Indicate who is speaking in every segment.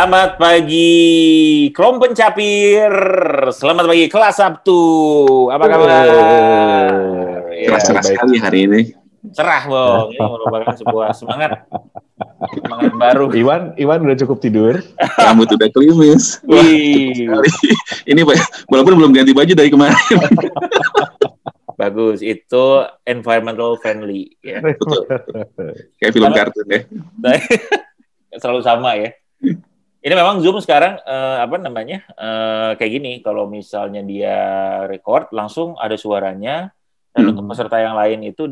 Speaker 1: Selamat pagi, Krom Pencapir. Selamat pagi, kelas Sabtu. Apa kabar?
Speaker 2: Cerah sekali hari ini.
Speaker 1: Cerah, Bang. Ini merupakan sebuah semangat baru.
Speaker 3: Iwan udah cukup tidur.
Speaker 2: Rambut udah klimis. Wah, cukup sekali. Ini walaupun belum ganti baju dari kemarin.
Speaker 1: Bagus, itu environmental friendly. Ya.
Speaker 2: Betul. Kayak film kartun ya.
Speaker 1: Selalu sama ya. Ini memang Zoom sekarang kayak gini. Kalau misalnya dia record, langsung ada suaranya. Dan untuk peserta yang lain itu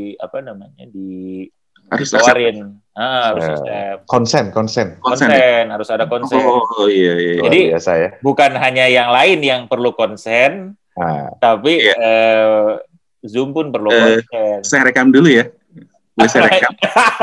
Speaker 2: harus
Speaker 1: keluarin. Harus
Speaker 3: konsen.
Speaker 1: Harus ada konsen.
Speaker 2: Oh iya.
Speaker 1: Jadi
Speaker 3: biasa ya.
Speaker 1: Bukan hanya yang lain yang perlu konsen, tapi Zoom pun perlu konsen.
Speaker 2: Saya rekam dulu ya. Boleh saya rekam.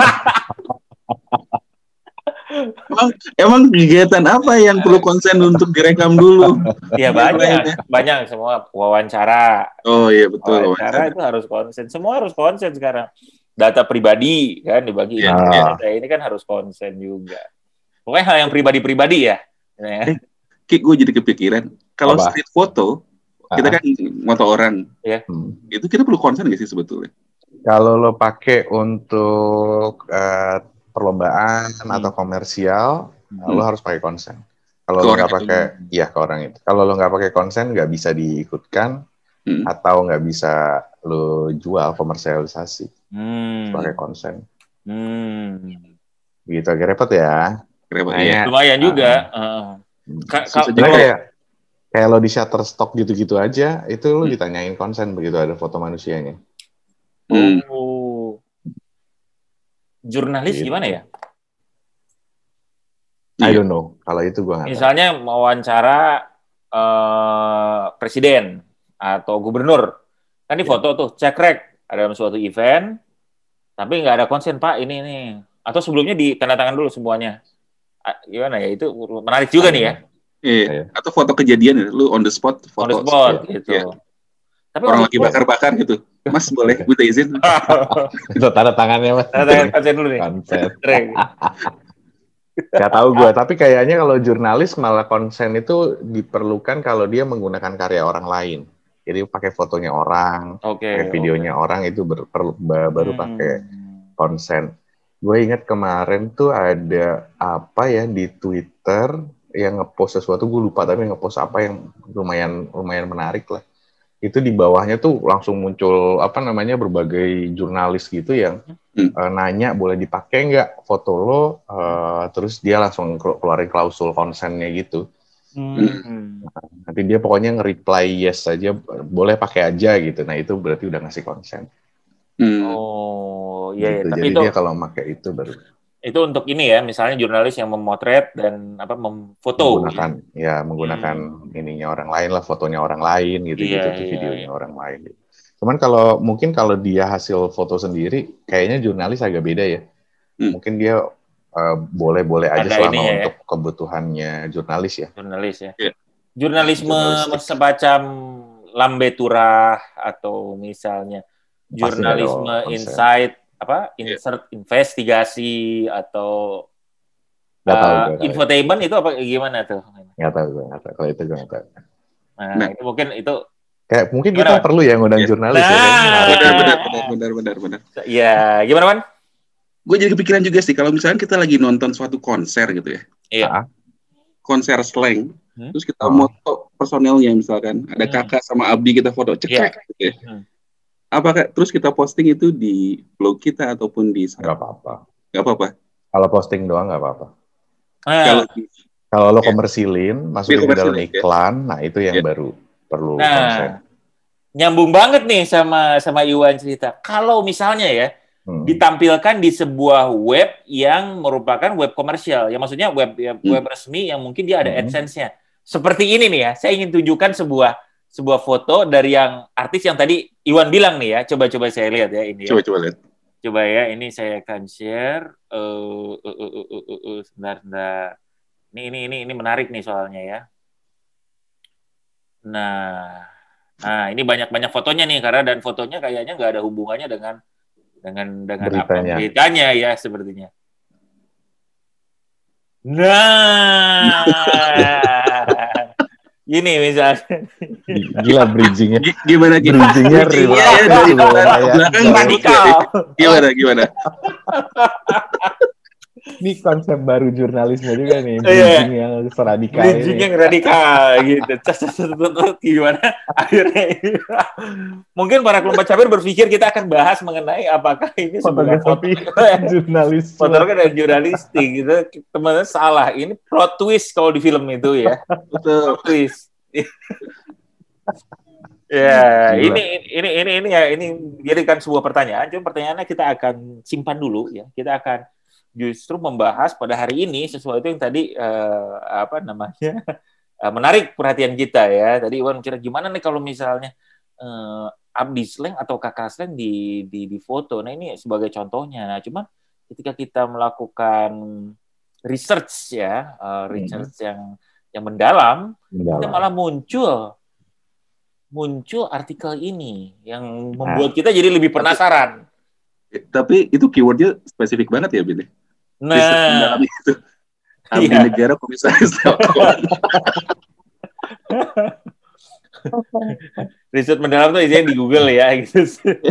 Speaker 2: Emang kegiatan apa yang perlu konsen untuk direkam dulu?
Speaker 1: Ya banyak semua wawancara.
Speaker 2: Oh iya betul.
Speaker 1: Wawancara itu harus konsen. Semua harus konsen sekarang. Data pribadi kan dibagi. Ini kan harus konsen juga. Pokoknya hal yang pribadi ya.
Speaker 2: Gue jadi kepikiran kalau street foto kita kan foto orang.
Speaker 1: Ya.
Speaker 2: Itu kita perlu konsen nggak sih sebetulnya?
Speaker 3: Kalau lo pakai untuk perlombaan atau komersial, lo harus pakai konsen. Kalau lo nggak pakai, ke orang itu. Kalau lo nggak pakai konsen, nggak bisa diikutkan atau nggak bisa lo jual komersialisasi. Pakai konsen. Gitu agak repot ya.
Speaker 1: Lumayan juga.
Speaker 3: Kayak lo di Shutterstock gitu-gitu aja, itu lo ditanyain konsen begitu ada foto manusianya.
Speaker 1: Jurnalis gimana ya?
Speaker 3: I don't know. Kalau itu gue nggak tahu.
Speaker 1: Misalnya wawancara presiden atau gubernur, kan di foto tuh cekrek ada suatu event, tapi nggak ada konsen Pak ini. Atau sebelumnya ditandatangan dulu semuanya. Gimana ya? Itu menarik juga nih ya.
Speaker 2: Iya. Atau foto kejadian, lu on the spot foto.
Speaker 1: Gitu.
Speaker 2: Iya. Tapi orang lagi bakar-bakar gitu. Mas boleh minta izin?
Speaker 3: Itu tanda tangannya Mas.
Speaker 1: Tanda tangan konsen dulu nih.
Speaker 3: Konsen. Gak tahu gue, tapi kayaknya kalau jurnalis malah konsen itu diperlukan kalau dia menggunakan karya orang lain. Jadi pakai fotonya orang, pakai videonya orang itu baru pakai konsen. Gue ingat kemarin tuh ada apa ya di Twitter yang ngepost sesuatu, gue lupa tapi ngepost apa yang lumayan menarik lah. Itu di bawahnya tuh langsung muncul berbagai jurnalis gitu yang nanya boleh dipakai nggak foto lo, terus dia langsung keluarin klausul konsennya gitu. Nanti dia pokoknya nge-reply yes aja, boleh pakai aja gitu. Nah itu berarti udah ngasih konsen.
Speaker 1: Oh iya.
Speaker 3: Gitu.
Speaker 1: Tapi
Speaker 3: jadi
Speaker 1: itu,
Speaker 3: dia kalau pakai itu baru.
Speaker 1: Itu untuk ini ya, misalnya jurnalis yang memotret dan memfoto.
Speaker 3: Menggunakan ininya orang lain lah, fotonya orang lain gitu-gitu, videonya orang lain. Cuman kalau dia hasil foto sendiri, kayaknya jurnalis agak beda ya. Mungkin dia boleh aja selama untuk kebutuhannya jurnalis ya.
Speaker 1: Jurnalisme semacam lambe turah atau misalnya jurnalisme insight, insert investigasi atau infotainment itu apa gimana tuh?
Speaker 3: Nggak tahu. Kalau itu gue nggak tahu.
Speaker 1: Nah, itu
Speaker 3: mungkin kita perlu ya ngundang jurnalis ya.
Speaker 2: Benar.
Speaker 1: Iya, gimana Man?
Speaker 2: Gue jadi kepikiran juga sih kalau misalnya kita lagi nonton suatu konser gitu ya.
Speaker 1: Iya.
Speaker 2: Konser slang. Terus kita foto personelnya misalkan ada Kakak sama Abdi kita foto cekrek gitu ya. Apakah terus kita posting itu di blog kita ataupun di
Speaker 3: Nggak apa-apa.
Speaker 2: Kalau
Speaker 3: posting doang nggak apa-apa.
Speaker 2: Kalau
Speaker 3: lo komersilin, masukin ke dalam iklan, nah itu yang baru perlu konsen.
Speaker 1: Nyambung banget nih sama Iwan cerita. Kalau misalnya ya ditampilkan di sebuah web yang merupakan web komersial, ya maksudnya web resmi yang mungkin dia ada AdSense-nya. Seperti ini nih ya, saya ingin tunjukkan sebuah foto dari yang artis yang tadi Iwan bilang nih ya. Coba saya lihat ya ini.
Speaker 2: Coba lihat.
Speaker 1: Coba ya, ini saya akan share. Sebentar. Ini menarik nih soalnya ya. Nah, ini banyak fotonya nih dan fotonya kayaknya nggak ada hubungannya dengan beritanya ya sepertinya. Nah, Gini misalnya.
Speaker 3: Gila bridgingnya.
Speaker 2: Gimana?
Speaker 3: Bridgingnya
Speaker 1: radikal.
Speaker 2: Gimana?
Speaker 3: Ini konsep baru jurnalisme juga nih, bridging yang radikal.
Speaker 1: Bridging yang radikal gitu. Gimana akhirnya mungkin para kelompok capir berpikir kita akan bahas mengenai apakah ini sebuah
Speaker 3: jurnalis.
Speaker 1: Fotografi dan jurnalistik gitu. Teman-teman salah. Ini plot twist kalau di film itu ya. Plot twist. Ya, ini jadikan sebuah pertanyaan. Cuma pertanyaannya kita akan simpan dulu ya. Kita akan justru membahas pada hari ini sesuatu yang tadi menarik perhatian kita ya. Tadi Iwan bicara gimana nih kalau misalnya Abdi Sleng atau Kakak Sleng di foto. Nah ini sebagai contohnya. Nah cuman ketika kita melakukan research ya, research yang mendalam, kita malah muncul artikel ini yang membuat kita jadi lebih penasaran.
Speaker 2: Tapi itu keywordnya spesifik banget ya, Bin?
Speaker 1: Nah,
Speaker 2: itu. Abdi negara komisaris Telkom.
Speaker 1: Riset mendalam tuh isinya di Google ya, gitu.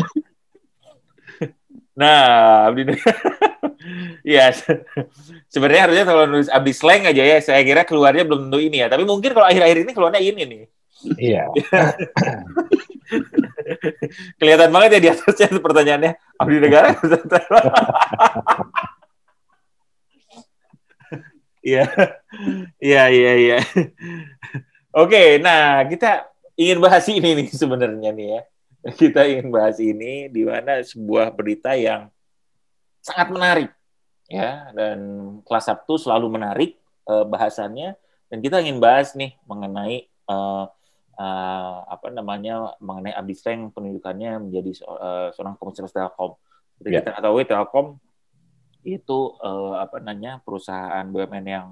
Speaker 1: Nah, Abdi negara. Ya, sebenarnya harusnya kalau nulis Abdi Sleng aja ya, saya kira keluarnya belum tentu ini ya. Tapi mungkin kalau akhir-akhir ini keluarnya ini nih.
Speaker 3: Iya.
Speaker 1: Kelihatan banget ya di atasnya pertanyaannya. Abdi negara. Iya. Oke, nah kita ingin bahas ini nih sebenarnya nih ya. Kita ingin bahas ini di mana sebuah berita yang sangat menarik ya, dan kelas Sabtu selalu menarik bahasannya, dan kita ingin bahas nih mengenai mengenai Abdi Sleng penunjukannya menjadi seorang komisaris Telkom. Seperti kita ketahui Telkom itu perusahaan BUMN yang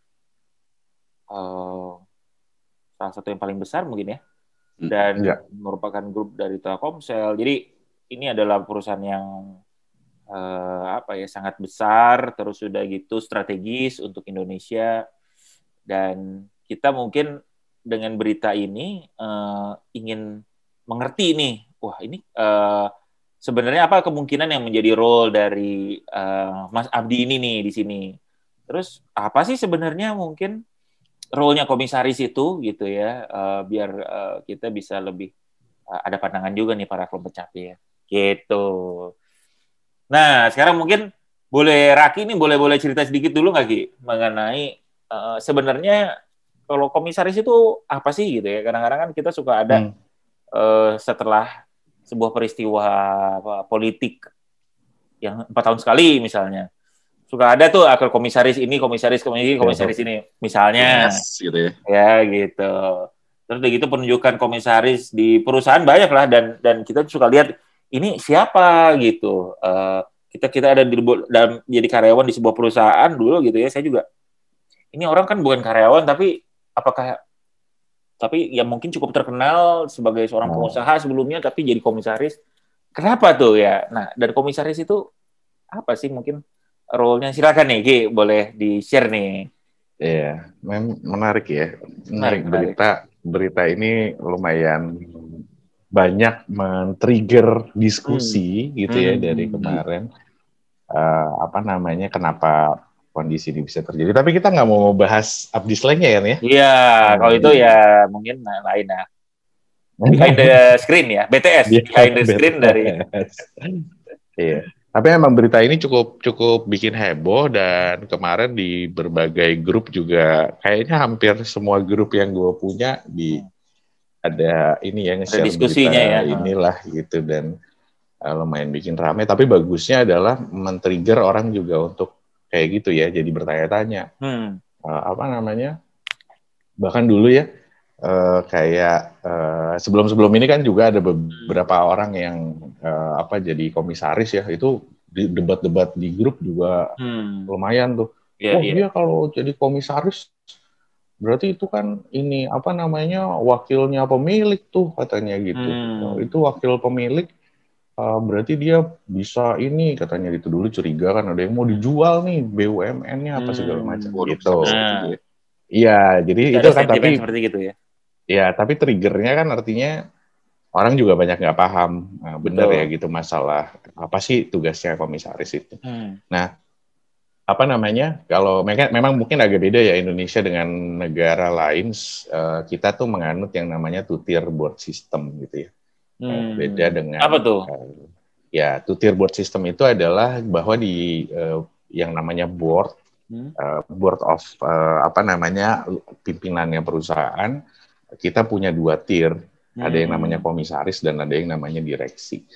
Speaker 1: salah satu yang paling besar mungkin ya, dan merupakan grup dari Telkomsel. Jadi ini adalah perusahaan yang sangat besar, terus sudah gitu strategis untuk Indonesia, dan kita mungkin dengan berita ini ingin mengerti nih, wah ini sebenarnya apa kemungkinan yang menjadi role dari Mas Abdi ini nih di sini. Terus apa sih sebenarnya mungkin role-nya komisaris itu gitu ya, biar kita bisa lebih ada pandangan juga nih para kelompok capir gitu. Nah sekarang mungkin Raki ini boleh cerita sedikit dulu nggak Ki mengenai sebenarnya kalau komisaris itu apa sih gitu ya. Kadang-kadang kan kita suka ada setelah sebuah peristiwa politik yang 4 tahun sekali misalnya, suka ada tuh akal komisaris ini, komisaris ini misalnya,
Speaker 2: gitu
Speaker 1: ya gitu. Terus udah gitu penunjukan komisaris di perusahaan banyak lah, dan kita suka lihat ini siapa gitu. Kita ada dalam jadi karyawan di sebuah perusahaan dulu gitu ya. Saya juga ini orang kan bukan karyawan tapi ya mungkin cukup terkenal sebagai seorang pengusaha sebelumnya, tapi jadi komisaris. Kenapa tuh ya? Nah, dan komisaris itu apa sih mungkin role-nya? Silakan nih, Ki, boleh di-share nih.
Speaker 3: Iya, menarik ya. Menarik. Berita ini lumayan banyak men-trigger diskusi gitu ya dari kemarin. Kenapa kondisi ini bisa terjadi. Tapi kita nggak mau bahas Abdi Sleng-nya ya?
Speaker 1: Iya, kalau itu ya mungkin lain ya. Behind the screen ya, BTS. Behind the screen dari.
Speaker 3: Iya. Tapi emang berita ini cukup bikin heboh, dan kemarin di berbagai grup juga kayaknya hampir semua grup yang gue punya ada ini yang nge-share
Speaker 1: diskusinya
Speaker 3: berita inilah gitu, dan lumayan bikin rame. Tapi bagusnya adalah men-trigger orang juga untuk kayak gitu ya, jadi bertanya-tanya. Bahkan dulu ya, sebelum ini kan juga ada beberapa orang yang jadi komisaris ya, itu debat-debat di grup juga lumayan tuh. Dia kalau jadi komisaris berarti itu kan ini wakilnya pemilik tuh katanya gitu. Itu wakil pemilik. Berarti dia bisa ini katanya gitu. Dulu curiga kan ada yang mau dijual nih BUMN-nya apa segala macam gitu. Iya, jadi itu kan tapi
Speaker 1: seperti gitu ya.
Speaker 3: Ya, tapi triggernya kan artinya orang juga banyak nggak paham, bener ya gitu masalah apa sih tugasnya komisaris itu. Nah, apa namanya? Kalau memang mungkin agak beda ya Indonesia dengan negara lain, kita tuh menganut yang namanya two-tier board system gitu ya. Beda dengan
Speaker 1: apa tuh?
Speaker 3: Ya, two-tier board system itu adalah bahwa di yang namanya board of apa namanya pimpinannya perusahaan, kita punya 2 tier, ada yang namanya komisaris dan ada yang namanya direksi.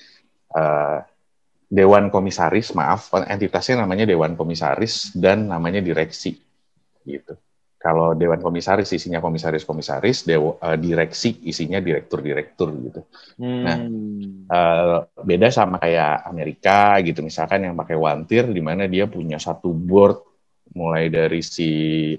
Speaker 3: Dewan komisaris, entitasnya namanya dewan komisaris dan namanya direksi, gitu. Kalau dewan komisaris isinya komisaris, direksi isinya direktur gitu. Nah, beda sama kayak Amerika gitu, misalkan yang pakai one tier, di mana dia punya satu board mulai dari si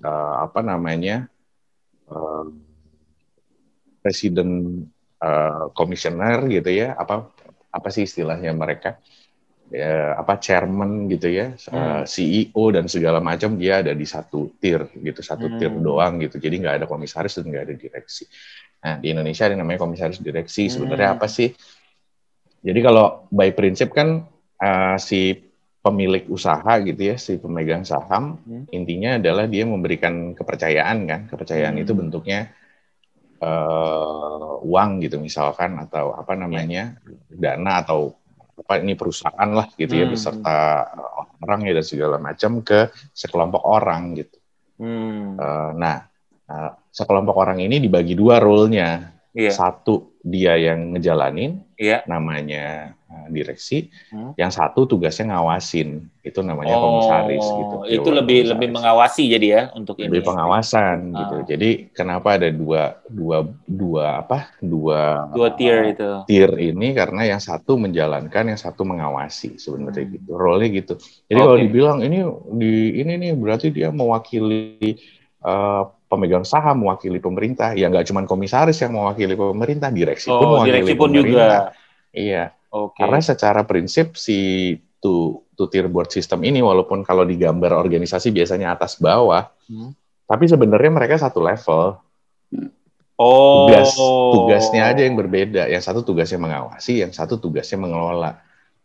Speaker 3: presiden, komisioner gitu ya, apa sih istilahnya mereka, ya, chairman gitu ya, CEO dan segala macam, dia ada di satu tier gitu, satu tier doang gitu, jadi nggak ada komisaris dan nggak ada direksi. Nah, di Indonesia ada namanya komisaris direksi. Sebenarnya apa sih? Jadi kalau by prinsip kan si pemilik usaha gitu ya, si pemegang saham, intinya adalah dia memberikan kepercayaan kan. Kepercayaan itu bentuknya uang gitu misalkan, atau apa namanya, dana atau apa ini perusahaan lah gitu ya, beserta orang ya dan segala macam ke sekelompok orang gitu. Nah, sekelompok orang ini dibagi 2 role-nya. Satu dia yang ngejalanin, namanya direksi. Yang satu tugasnya ngawasin, itu namanya komisaris gitu.
Speaker 1: Itu lebih mengawasi jadi ya untuk
Speaker 3: lebih ini. Pengawasan gitu. Jadi kenapa ada dua
Speaker 1: tier itu.
Speaker 3: Tier ini karena yang satu menjalankan, yang satu mengawasi sebenarnya gitu. Role-nya gitu. Jadi kalau dibilang ini nih berarti dia mewakili pemegang saham, mewakili pemerintah, ya nggak cuma komisaris yang mewakili pemerintah, direksi pun mewakili pemerintah. Juga. Iya. Karena secara prinsip si two-tier board system ini, walaupun kalau digambar organisasi biasanya atas bawah, tapi sebenarnya mereka satu level. Tugasnya aja yang berbeda. Yang satu tugasnya mengawasi, yang satu tugasnya mengelola.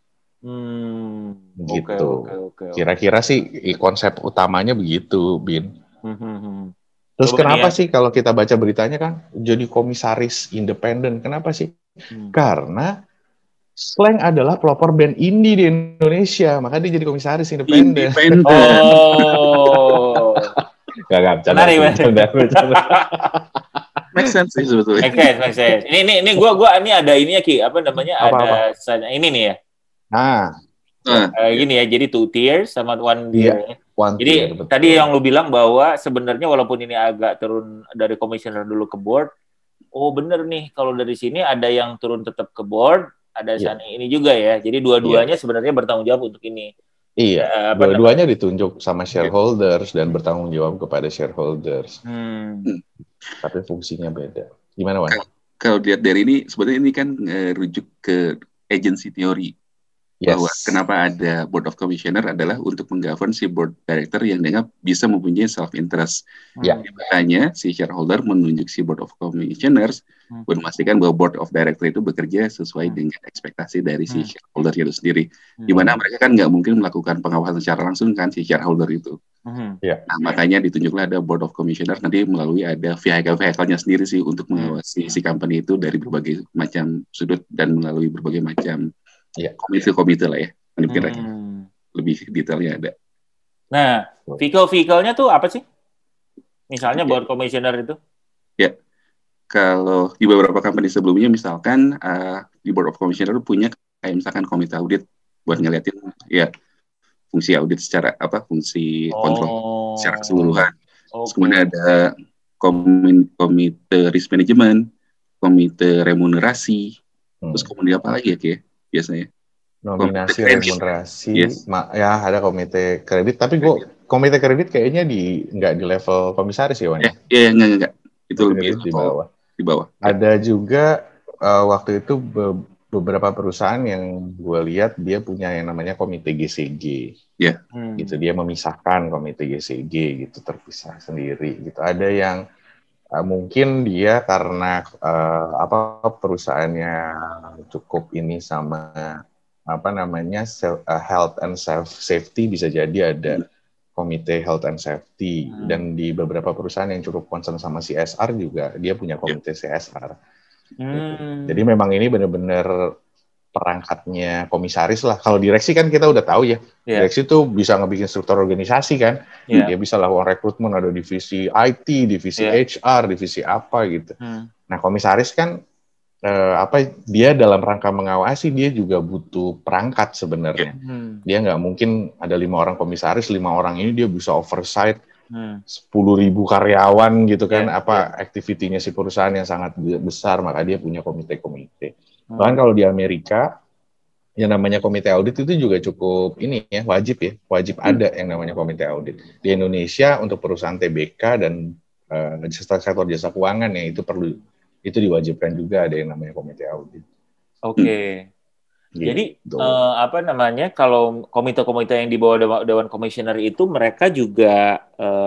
Speaker 3: Gitu. Kira-kira sih konsep utamanya begitu, Bin. Terus kenapa sih kalau kita baca beritanya kan jadi komisaris independen? Kenapa sih? Karena Slank adalah pelopor band indie di Indonesia, makanya dia jadi komisaris independen. Gak bercanda.
Speaker 2: Make sense sih sebetulnya.
Speaker 1: Make sense. Ini gue ada ini ya Ki, apa namanya? Ada ini nih ya. Gini ya, jadi 2 tiers sama 1 tier. Jadi tadi yang lu bilang bahwa sebenarnya walaupun ini agak turun dari komisioner dulu ke board, bener nih kalau dari sini ada yang turun tetap ke board, ada sana ini juga ya. Jadi dua-duanya sebenarnya bertanggung jawab untuk ini.
Speaker 3: Iya, dua-duanya ditunjuk sama shareholders dan bertanggung jawab kepada shareholders. Tapi fungsinya beda. Gimana, Wan?
Speaker 2: Kalau dilihat dari ini, sebenarnya ini kan rujuk ke agency theory. Bahwa kenapa ada board of commissioner adalah untuk menggovern si board director yang dianggap bisa mempunyai self-interest. Makanya si shareholder menunjuk si board of commissioners untuk memastikan bahwa board of director itu bekerja sesuai dengan ekspektasi dari si shareholder itu sendiri. Di mana mereka kan nggak mungkin melakukan pengawasan secara langsung kan si shareholder itu. Nah, makanya ditunjuklah ada board of commissioner, nanti melalui ada vehicle-nya sendiri sih untuk mengawasi si company itu dari berbagai macam sudut dan melalui berbagai macam komite lah ya, lebih detailnya ada.
Speaker 1: Nah, vehicle-nya tuh apa sih? Misalnya board commissioner itu?
Speaker 2: Ya, kalau di beberapa company sebelumnya, misalkan di board of commissioner punya kayak misalkan komite audit buat ngeliatin ya fungsi audit secara fungsi kontrol secara keseluruhan. Kemudian ada komite risk management, komite remunerasi, terus kemudian apa lagi ya Ki? Biasanya
Speaker 3: nominasi remunerasi, ya ada komite kredit. Tapi komite kredit kayaknya nggak di level komisaris ya, Wan?
Speaker 2: Iya, enggak. Itu lebih
Speaker 3: di bawah. Ada juga waktu itu beberapa perusahaan yang gue lihat dia punya yang namanya komite GCG, gitu. Dia memisahkan komite GCG gitu, terpisah sendiri gitu. Ada yang mungkin dia karena perusahaannya cukup ini sama health and safety, bisa jadi ada komite health and safety, dan di beberapa perusahaan yang cukup concern sama CSR juga dia punya komite CSR. Gitu. Jadi memang ini benar-benar perangkatnya komisaris lah. Kalau direksi kan kita udah tahu ya, direksi tuh bisa ngebikin struktur organisasi kan, dia bisa lakukan rekrutmen, ada divisi IT, divisi HR, divisi apa gitu. Nah komisaris kan dia dalam rangka mengawasi, dia juga butuh perangkat sebenarnya. Dia nggak mungkin ada 5 orang komisaris, 5 orang ini dia bisa oversight 10.000 karyawan gitu kan, aktivitinya si perusahaan yang sangat besar, maka dia punya komite-komite. Bahkan kalau di Amerika yang namanya komite audit itu juga cukup wajib ada yang namanya komite audit. Di Indonesia untuk perusahaan TBK dan sektor jasa keuangan ya itu diwajibkan juga ada yang namanya komite audit.
Speaker 1: Oke. Jadi kalau komite-komite yang di bawah Dewan Komisioner itu mereka juga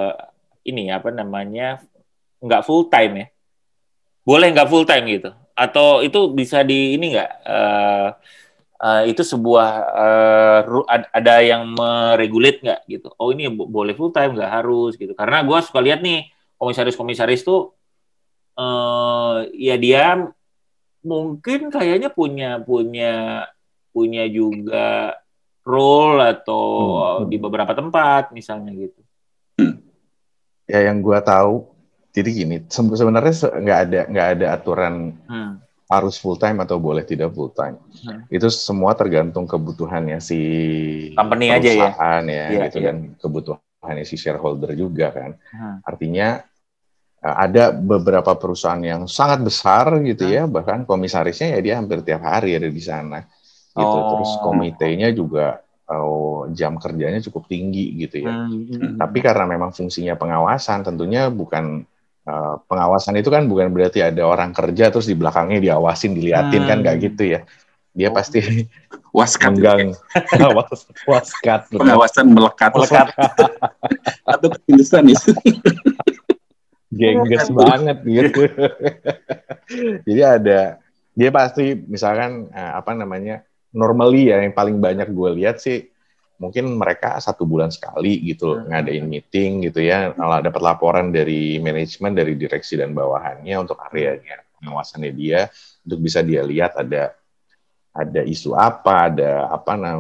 Speaker 1: nggak full time ya? Boleh nggak full time gitu? Atau itu bisa di ini nggak? Itu sebuah ada yang meregulate nggak gitu? Oh ini boleh full time, nggak harus gitu? Karena gue suka lihat nih komisaris-komisaris tuh ya dia mungkin kayaknya punya juga role atau di beberapa tempat misalnya gitu.
Speaker 3: Ya yang gue tahu, jadi gini, sebenarnya nggak ada aturan harus full time atau boleh tidak full time. Itu semua tergantung kebutuhannya si
Speaker 1: company
Speaker 3: perusahaan aja gitu dan kebutuhannya si shareholder juga kan. Artinya ada beberapa perusahaan yang sangat besar gitu ya, bahkan komisarisnya ya dia hampir tiap hari ada di sana. Gitu. Terus komitenya juga jam kerjanya cukup tinggi gitu ya. Tapi karena memang fungsinya pengawasan, tentunya bukan pengawasan itu kan bukan berarti ada orang kerja terus di belakangnya diawasin, diliatin kan nggak gitu ya. Dia pasti
Speaker 2: waskat
Speaker 3: menggang waskat,
Speaker 2: pengawasan melekat atau ketindusan itu.
Speaker 3: Gengges banget gitu. Jadi dia pasti misalkan normally ya yang paling banyak gue lihat sih mungkin mereka 1 bulan sekali gitu ngadain meeting gitu ya, dapat laporan dari manajemen, dari direksi dan bawahannya untuk areanya pengawasannya dia, untuk bisa dia lihat ada isu apa, ada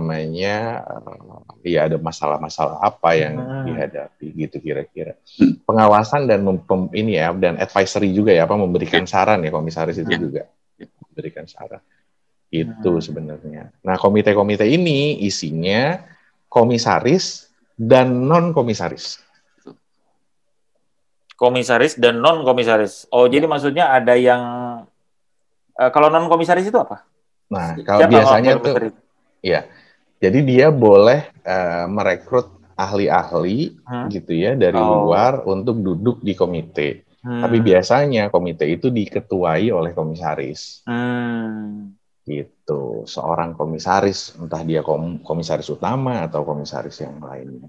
Speaker 3: ada masalah-masalah apa yang dihadapi gitu kira-kira. Pengawasan dan dan advisory juga ya, memberikan saran ya, komisaris itu juga memberikan saran. Itu sebenarnya. Nah, komite-komite ini isinya komisaris dan non-komisaris.
Speaker 1: Komisaris dan non-komisaris. Oh, jadi maksudnya ada yang kalau non-komisaris itu apa?
Speaker 3: Nah, kalau biasanya tuh jadi dia boleh merekrut ahli-ahli gitu ya dari luar untuk duduk di komite. Tapi biasanya komite itu diketuai oleh komisaris. Gitu, seorang komisaris, entah dia komisaris utama atau komisaris yang lainnya.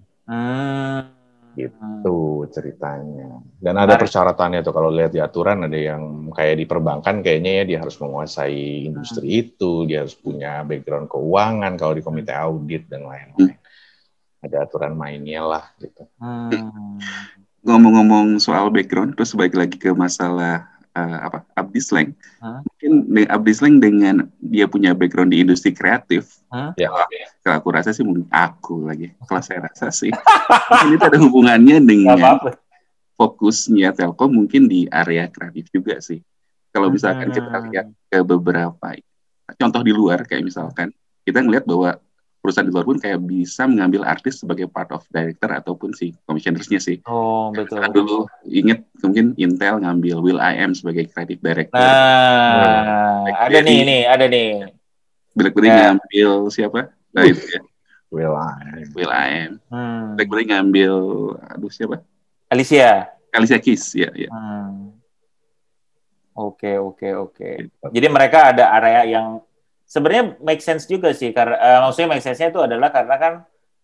Speaker 3: Gitu ceritanya. Dan ada persyaratannya tuh, kalau lihat di aturan ada yang kayak di perbankan kayaknya ya dia harus menguasai industri itu, dia harus punya background keuangan kalau di komite audit dan lain-lain. Ada aturan mainnya lah gitu.
Speaker 2: Ngomong-ngomong soal background, terus balik lagi ke masalah Abdi Sleng. Mungkin Abdi Sleng dengan dia punya background di industri kreatif, kalau aku rasa sih, kalau saya rasa sih, ini ada hubungannya dengan fokusnya Telkom mungkin di area kreatif juga sih. Kalau misalkan kita lihat ke beberapa contoh di luar, kayak misalkan kita ngelihat bahwa perusahaan di luar pun kayak bisa mengambil artis sebagai part of director ataupun si commissionersnya sih.
Speaker 1: Oh, betul.
Speaker 2: Karena dulu inget mungkin Intel ngambil Will.i.am sebagai creative director.
Speaker 1: Ada nih.
Speaker 2: BlackBerry ngambil siapa? Nah, itu ya.
Speaker 3: Will.i.am.
Speaker 2: BlackBerry ngambil siapa?
Speaker 1: Alicia
Speaker 2: Keys, ya.
Speaker 1: Oke. Jadi mereka ada area yang sebenarnya make sense juga sih, karena maksudnya make sense-nya itu adalah karena kan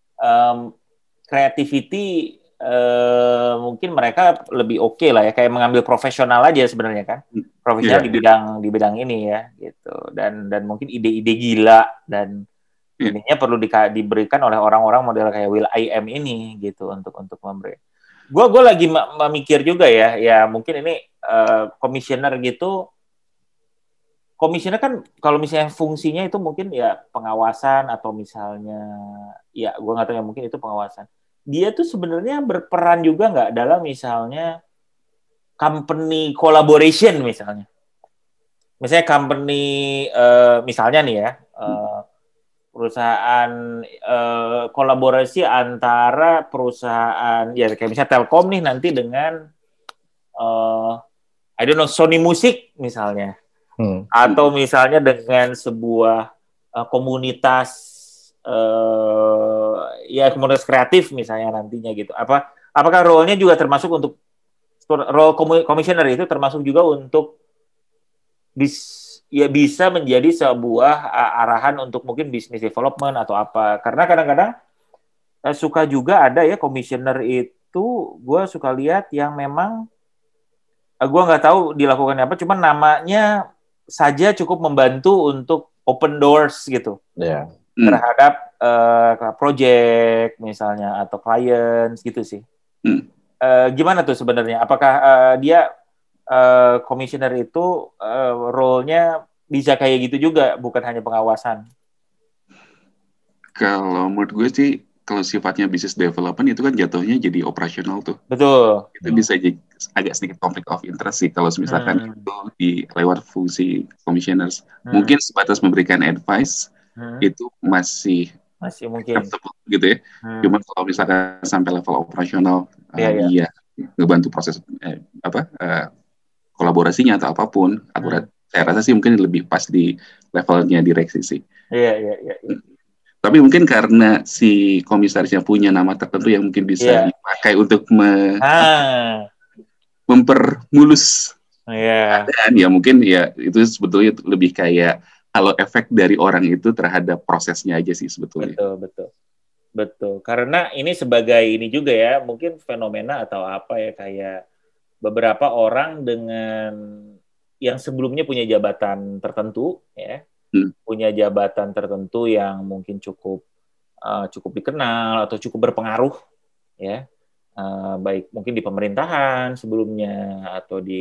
Speaker 1: creativity mungkin mereka lebih oke lah ya, kayak mengambil profesional aja sebenarnya kan, profesional di bidang ini ya gitu, dan mungkin ide-ide gila dan ininya perlu diberikan oleh orang-orang model kayak will.i.am ini gitu untuk memberi. Gue lagi memikir juga ya mungkin ini komisioner gitu. Komisioner kan kalau misalnya fungsinya itu mungkin ya pengawasan atau misalnya ya gue nggak tahu ya, mungkin itu pengawasan. Dia tuh sebenarnya berperan juga nggak dalam misalnya company collaboration misalnya. Misalnya company misalnya nih ya perusahaan kolaborasi antara perusahaan ya kayak misalnya Telkom nih nanti dengan I don't know Sony Music misalnya. Atau misalnya dengan sebuah komunitas ya komunitas kreatif misalnya nantinya gitu. Apakah role-nya juga termasuk untuk role komisioner itu termasuk juga untuk bisa menjadi sebuah arahan untuk mungkin business development atau apa? Karena kadang-kadang suka juga ada ya komisioner itu gue suka lihat yang memang gue nggak tahu dilakukan apa, cuman namanya saja cukup membantu untuk open doors gitu terhadap project misalnya atau clients gitu sih. Gimana tuh sebenarnya? Apakah dia komisioner itu role-nya bisa kayak gitu juga, bukan hanya pengawasan?
Speaker 2: Kalau menurut gue sih, kalau sifatnya business development itu kan jatuhnya jadi operasional tuh.
Speaker 1: Betul.
Speaker 2: Itu bisa jadi agak sedikit conflict of interest sih kalau misalkan itu di lewat fungsi commissioners. Mungkin sebatas memberikan advice itu masih
Speaker 1: mungkin
Speaker 2: gitu ya. Cuma kalau misalkan sampai level operasional dia ngebantu proses kolaborasinya atau apapun, saya rasa sih mungkin lebih pas di levelnya direksi sih.
Speaker 1: Iya.
Speaker 2: Tapi mungkin karena si komisarisnya punya nama tertentu yang mungkin bisa dipakai untuk mempermulus keadaan, ya mungkin ya itu sebetulnya lebih kayak halo efek dari orang itu terhadap prosesnya aja sih sebetulnya.
Speaker 1: Betul. Karena ini sebagai ini juga ya, mungkin fenomena atau apa ya, kayak beberapa orang dengan yang sebelumnya punya jabatan tertentu ya. Punya jabatan tertentu yang mungkin cukup dikenal atau cukup berpengaruh ya, baik mungkin di pemerintahan sebelumnya atau di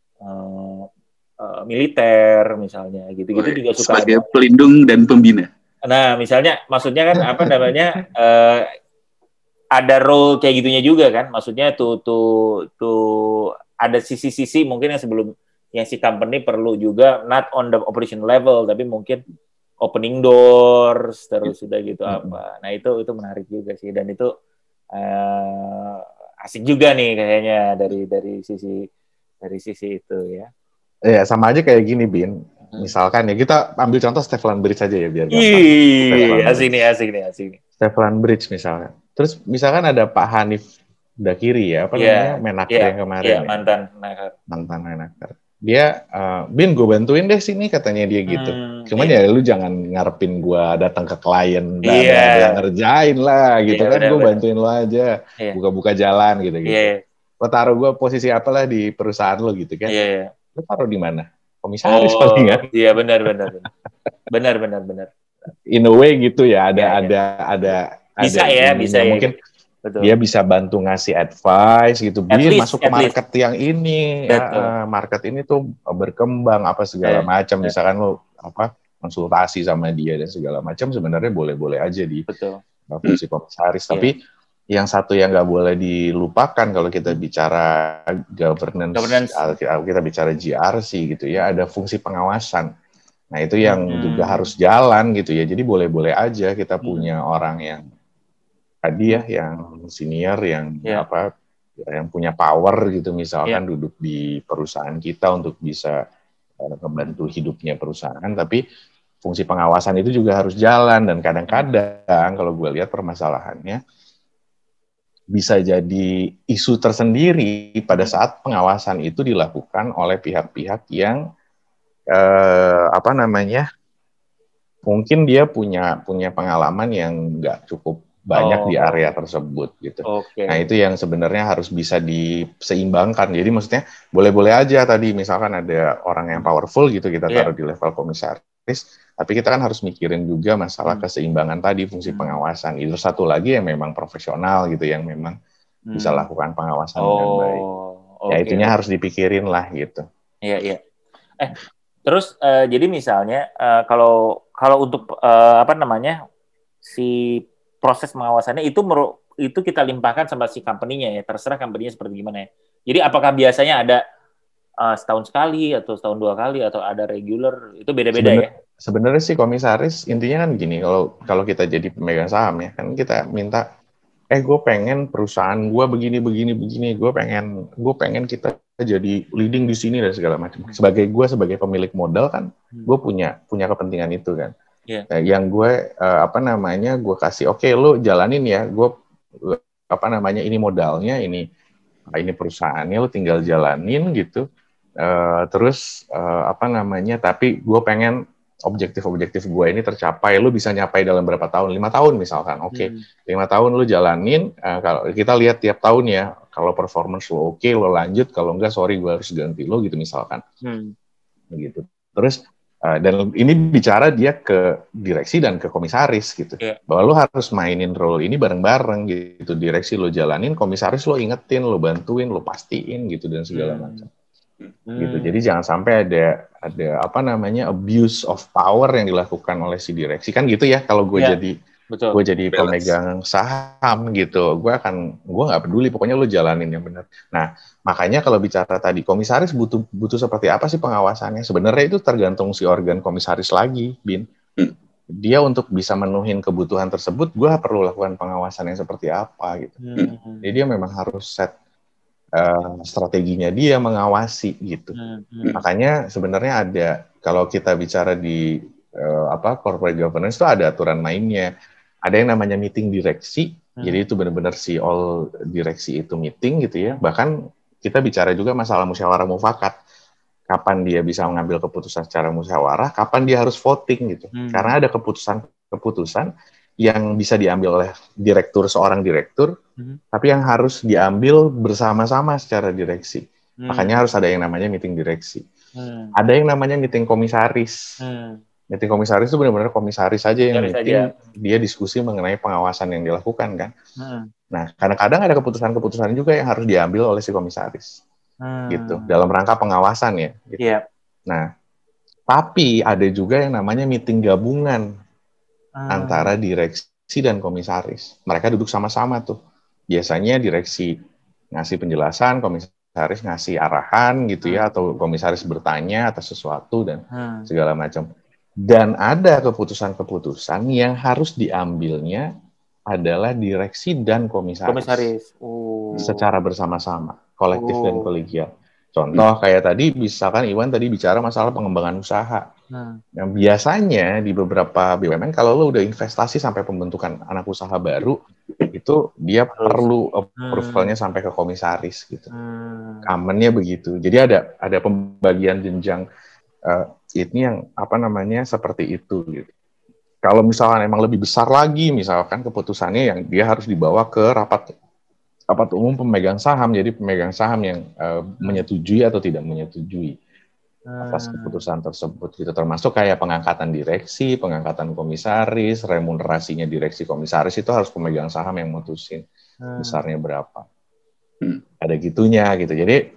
Speaker 1: militer misalnya gitu-gitu juga suka
Speaker 2: sebagai pelindung dan pembina.
Speaker 1: Nah misalnya maksudnya kan apa namanya ada role kayak gitunya juga kan, maksudnya tuh ada sisi-sisi mungkin yang sebelum yang si company perlu juga not on the operation level tapi mungkin opening doors terus sudah gitu apa. Nah itu menarik juga sih, dan itu asik juga nih kayaknya dari sisi itu ya.
Speaker 3: Iya, sama aja kayak gini Bin. Misalkan ya kita ambil contoh Stefan Bridge aja ya biar gampang.
Speaker 1: Asik nih.
Speaker 3: Stefan Bridge misalnya. Terus misalkan ada Pak Hanif Dakiri ya, namanya Menaker yang kemarin ya. Mantan Menaker. Dia, Bin gue bantuin deh sini katanya dia gitu. Cuman ya lu jangan ngarepin gue datang ke klien dan yang ngerjain lah gitu kan. Gue bantuin lo aja, buka-buka jalan gitu. Lo taruh gue posisi apalah di perusahaan lo gitu kan. Lo taruh di mana? Komisaris paling kan?
Speaker 1: Iya benar.
Speaker 3: In a way gitu ya, ada bisa ya. Mungkin betul. Dia bisa bantu ngasih advice gitu, masuk ke market yang ini, market ini tuh berkembang apa segala macam. Misalkan lo konsultasi sama dia dan segala macam, sebenarnya boleh-boleh aja di fungsi komisaris. Tapi yang satu yang nggak boleh dilupakan kalau kita bicara governance. Kita bicara GRC gitu ya, ada fungsi pengawasan. Nah itu yang juga harus jalan gitu ya. Jadi boleh-boleh aja kita punya orang yang tadi ya, yang senior, yang yang punya power gitu, misalkan duduk di perusahaan kita untuk bisa membantu hidupnya perusahaan, tapi fungsi pengawasan itu juga harus jalan. Dan kadang-kadang kalau gue lihat permasalahannya bisa jadi isu tersendiri pada saat pengawasan itu dilakukan oleh pihak-pihak yang mungkin dia punya pengalaman yang nggak cukup banyak di area tersebut gitu. Nah itu yang sebenarnya harus bisa diseimbangkan. Jadi maksudnya boleh-boleh aja tadi misalkan ada orang yang powerful gitu kita taruh di level komisaris, tapi kita kan harus mikirin juga masalah keseimbangan tadi fungsi pengawasan. Itu satu lagi yang memang profesional gitu yang memang bisa lakukan pengawasan dengan baik. Ya itunya harus dipikirin lah gitu.
Speaker 1: Iya. Terus jadi misalnya kalau untuk si proses pengawasannya itu kita limpahkan sama si company-nya ya, terserah company-nya seperti gimana ya. Jadi apakah biasanya ada setahun sekali atau setahun 2 kali atau ada regular, itu beda-beda ya?
Speaker 3: Sebenarnya sih komisaris intinya kan gini, kalau kita jadi pemegang saham ya, kan kita minta gue pengen perusahaan gue begini, gue pengen kita jadi leading di sini dan segala macam. Sebagai pemilik modal kan, gue punya kepentingan itu kan. Yeah. Nah, yang gue gue kasih lo jalanin ya, ini modalnya, ini perusahaannya, lo tinggal jalanin gitu. Tapi gue pengen objektif gue ini tercapai, lu bisa nyapai dalam berapa tahun? 5 tahun misalkan, oke. 5 tahun lu jalanin, kalau kita lihat tiap tahun ya, kalau performance lu oke, lu lanjut, kalau enggak sorry gue harus ganti lu gitu misalkan. Gitu. Terus dan ini bicara dia ke direksi dan ke komisaris gitu. Bahwa lu harus mainin role ini bareng-bareng gitu. Direksi lu jalanin, komisaris lu ingetin, lu bantuin, lu pastiin gitu dan segala macam. Gitu. Jadi jangan sampai ada abuse of power yang dilakukan oleh si direksi kan gitu ya. Kalau gue jadi pemegang saham gitu, gue nggak peduli, pokoknya lo jalanin yang benar. Nah makanya kalau bicara tadi komisaris butuh seperti apa sih pengawasannya? Sebenarnya itu tergantung si organ komisaris lagi, Bin. Dia untuk bisa menuhin kebutuhan tersebut, gue perlu lakukan pengawasan yang seperti apa gitu. Jadi dia memang harus set strateginya dia mengawasi gitu. Makanya sebenarnya ada, kalau kita bicara di corporate governance itu ada aturan mainnya. Ada yang namanya meeting direksi. Jadi itu benar-benar si all direksi itu meeting gitu ya. Bahkan kita bicara juga masalah musyawarah mufakat. Kapan dia bisa mengambil keputusan secara musyawarah, kapan dia harus voting gitu. Karena ada keputusan yang bisa diambil oleh seorang direktur, tapi yang harus diambil bersama-sama secara direksi. Makanya harus ada yang namanya meeting direksi. Ada yang namanya meeting komisaris. Meeting komisaris itu benar-benar komisaris saja yang meeting, dia diskusi mengenai pengawasan yang dilakukan kan. Nah, kadang-kadang ada keputusan-keputusan juga yang harus diambil oleh si komisaris. Gitu, dalam rangka pengawasan ya. Gitu. Nah, tapi ada juga yang namanya meeting gabungan antara direksi dan komisaris. Mereka duduk sama-sama tuh. Biasanya direksi ngasih penjelasan, komisaris ngasih arahan gitu ya, atau komisaris bertanya atas sesuatu dan segala macam. Dan ada keputusan-keputusan yang harus diambilnya adalah direksi dan komisaris. Secara bersama-sama, kolektif dan kolegial. Contoh kayak tadi, misalkan Iwan tadi bicara masalah pengembangan usaha. Yang biasanya di beberapa BUMN, kalau lo udah investasi sampai pembentukan anak usaha baru, itu dia perlu approval-nya sampai ke komisaris gitu. Common-nya begitu. Jadi ada pembagian jenjang ini yang seperti itu gitu. Kalau misalkan emang lebih besar lagi, misalkan keputusannya yang dia harus dibawa ke rapat umum pemegang saham, jadi pemegang saham yang menyetujui atau tidak menyetujui atas keputusan tersebut gitu, termasuk kayak pengangkatan direksi, pengangkatan komisaris, remunerasinya direksi komisaris itu harus pemegang saham yang mutusin besarnya berapa. Ada gitunya gitu. Jadi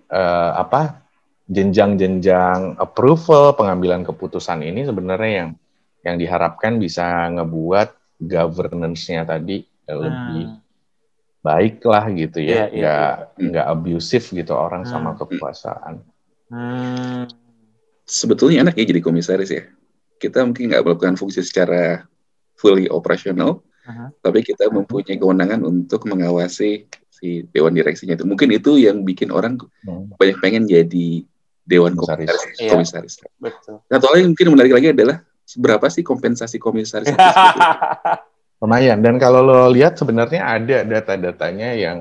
Speaker 3: jenjang-jenjang approval pengambilan keputusan ini sebenarnya yang diharapkan bisa ngebuat governance-nya tadi lebih baik lah gitu ya, nggak abusif gitu orang sama kekuasaan.
Speaker 2: Sebetulnya enak ya jadi komisaris ya. Kita mungkin nggak melakukan fungsi secara fully operasional, tapi kita mempunyai kewenangan untuk mengawasi si dewan direksinya itu. Mungkin itu yang bikin orang banyak pengen jadi dewan komisaris.
Speaker 1: Betul.
Speaker 2: Satu hal yang mungkin menarik lagi adalah seberapa sih kompensasi komisaris itu?
Speaker 3: Lumayan. Dan kalau lo lihat sebenarnya ada data-datanya yang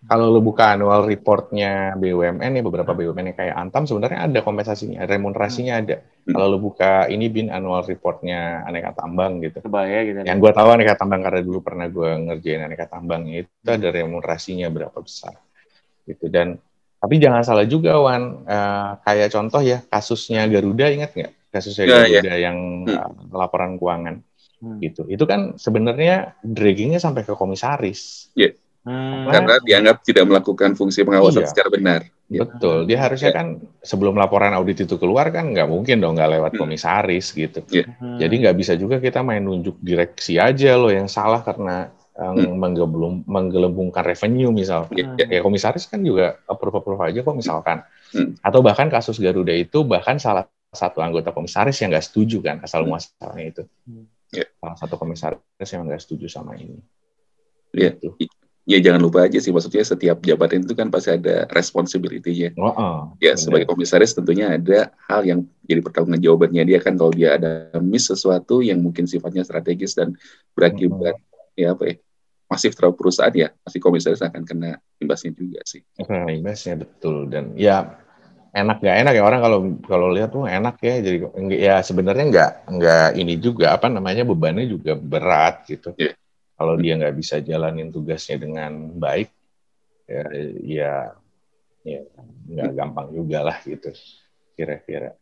Speaker 3: Kalau lu buka annual reportnya BUMN ya, beberapa BUMN yang kayak Antam sebenarnya ada kompensasinya, remunerasinya ada. Kalau lu buka ini Bin annual reportnya Aneka Tambang gitu.
Speaker 1: Kebaya gitu.
Speaker 3: Yang gue tahu Aneka Tambang karena dulu pernah gue ngerjain Aneka Tambang itu ada remunerasinya berapa besar gitu. Dan tapi jangan salah juga Wan, kayak contoh ya kasusnya Garuda, ingat nggak kasusnya Garuda yang laporan keuangan gitu. Itu kan sebenarnya draggingnya sampai ke komisaris.
Speaker 2: Karena dianggap tidak melakukan fungsi pengawasan secara benar.
Speaker 3: Betul, dia harusnya kan sebelum laporan audit itu keluar kan nggak mungkin dong nggak lewat komisaris gitu. Jadi nggak bisa juga kita main nunjuk direksi aja loh yang salah karena menggelembungkan revenue misal. Ya komisaris kan juga approve aja kok misalkan. Atau bahkan kasus Garuda itu bahkan salah satu anggota komisaris yang nggak setuju kan asal muasalnya itu. Salah satu komisaris yang nggak setuju sama ini.
Speaker 2: Gitu. Ya jangan lupa aja sih, maksudnya setiap jabatan itu kan pasti ada responsibility-nya. Sebagai komisaris tentunya ada hal yang jadi pertanggungjawabannya dia kan kalau dia ada miss sesuatu yang mungkin sifatnya strategis dan berakibat masif terhadap perusahaan ya, pasti komisaris akan kena imbasnya juga sih.
Speaker 3: Imbasnya betul, dan ya enak nggak enak ya orang kalau lihat tuh enak ya, jadi ya sebenarnya nggak ini juga bebannya juga berat gitu. Kalau dia nggak bisa jalanin tugasnya dengan baik, ya nggak gampang juga lah gitu, kira-kira.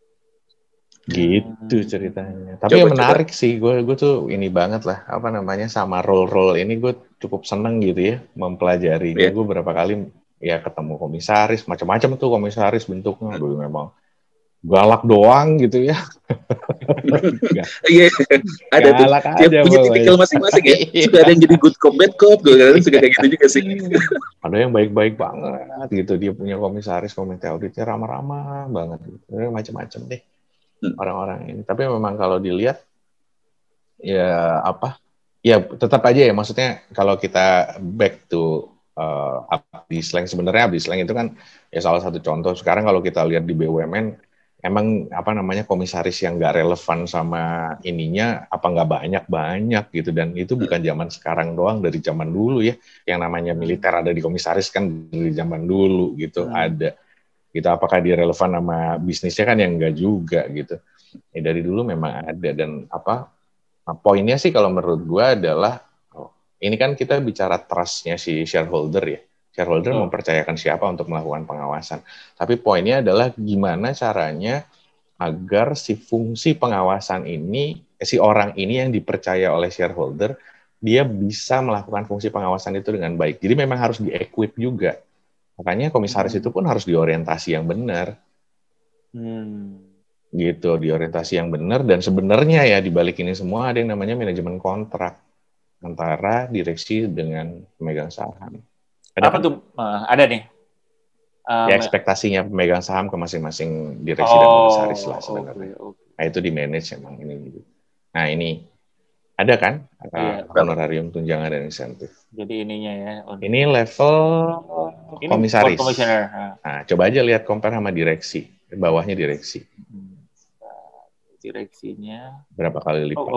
Speaker 3: Gitu ceritanya. Tapi yang menarik sih, gue tuh ini banget lah, sama role ini gue cukup seneng gitu ya, mempelajarinya. Gue berapa kali ya ketemu komisaris, macam-macam tuh komisaris bentuknya, gue memang galak doang gitu ya.
Speaker 2: Iya, ada tuh. Dia punya tipikal masing-masing ya. Suka ada yang jadi good cop, bad cop, gue suka kayak gitu juga sih.
Speaker 3: Ada yang baik-baik banget gitu. Dia punya komisaris, komite auditnya ramah-ramah banget. Gitu. Macam-macam deh orang-orang ini. Tapi memang kalau dilihat, ya tetap aja ya. Maksudnya kalau kita back to Abdi Slang, sebenarnya Abdi Slang itu kan ya salah satu contoh. Sekarang kalau kita lihat di BUMN, emang komisaris yang nggak relevan sama ininya nggak banyak gitu, dan itu bukan zaman sekarang doang, dari zaman dulu ya, yang namanya militer ada di komisaris kan dari zaman dulu gitu ada gitu. Apakah dia relevan sama bisnisnya kan yang nggak juga gitu ya, dari dulu memang ada. Dan poinnya sih kalau menurut gua adalah ini kan kita bicara trust-nya si shareholder ya. Shareholder mempercayakan siapa untuk melakukan pengawasan. Tapi poinnya adalah gimana caranya agar si fungsi pengawasan ini, si orang ini yang dipercaya oleh shareholder, dia bisa melakukan fungsi pengawasan itu dengan baik. Jadi memang harus di-equip juga. Makanya komisaris itu pun harus diorientasi yang benar. Gitu, diorientasi yang benar. Dan sebenarnya ya di balik ini semua ada yang namanya manajemen kontrak antara direksi dengan pemegang saham.
Speaker 1: Ada nih.
Speaker 3: Ya ekspektasinya pemegang saham ke masing-masing direksi dan komisaris lah sebenarnya. Nah itu di manage emang ini. Nah ini ada kan honorarium, tunjangan dan insentif.
Speaker 1: Jadi ininya ya.
Speaker 3: Ini level komisaris. Nah coba aja lihat compare sama direksi. Bawahnya direksi.
Speaker 1: Direksinya
Speaker 3: berapa kali lipat?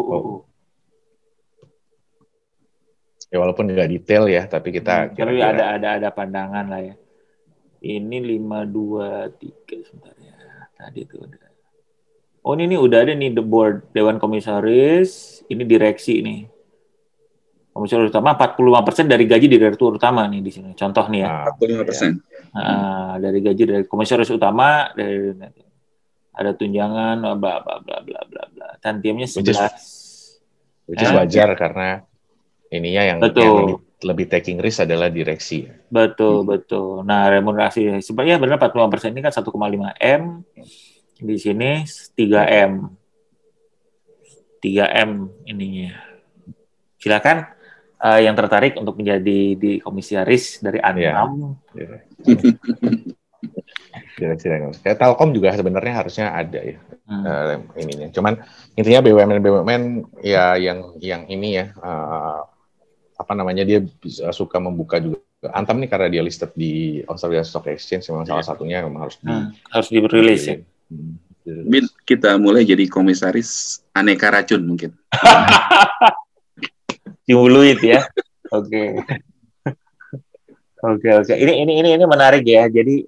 Speaker 3: Ya walaupun nggak detail ya, tapi kita kira-kira
Speaker 1: ada pandangan lah ya. Ini 523 sebentar ya. Tadi itu udah. Oh ini udah ada nih the board, dewan komisaris, ini direksi nih. Komisaris utama 45% dari gaji direktur utama nih di sini. Contoh nih ya. 45%. Dari gaji dari komisaris utama, dari ada tunjangan bla bla bla bla bla bla. Tantiemnya 11.
Speaker 3: Which is wajar karena ininya yang lebih taking risk adalah direksi.
Speaker 1: Betul. Nah, remunerasi sebenarnya benar 45% ini kan 1,5 M. Di sini 3 M ininya. Silakan yang tertarik untuk menjadi di komisaris dari Antam.
Speaker 3: Direksi. Kayak Telkom juga sebenarnya harusnya ada ya ininya. Cuman intinya BUMN ya yang ini ya. Dia suka membuka juga. Antam nih karena dia listed di Australia Stock Exchange, memang salah satunya memang
Speaker 1: harus dirilis ya.
Speaker 2: Bin, kita mulai jadi komisaris aneka racun mungkin.
Speaker 1: Dimuluit ya. Oke. Oke. Ini menarik ya. Jadi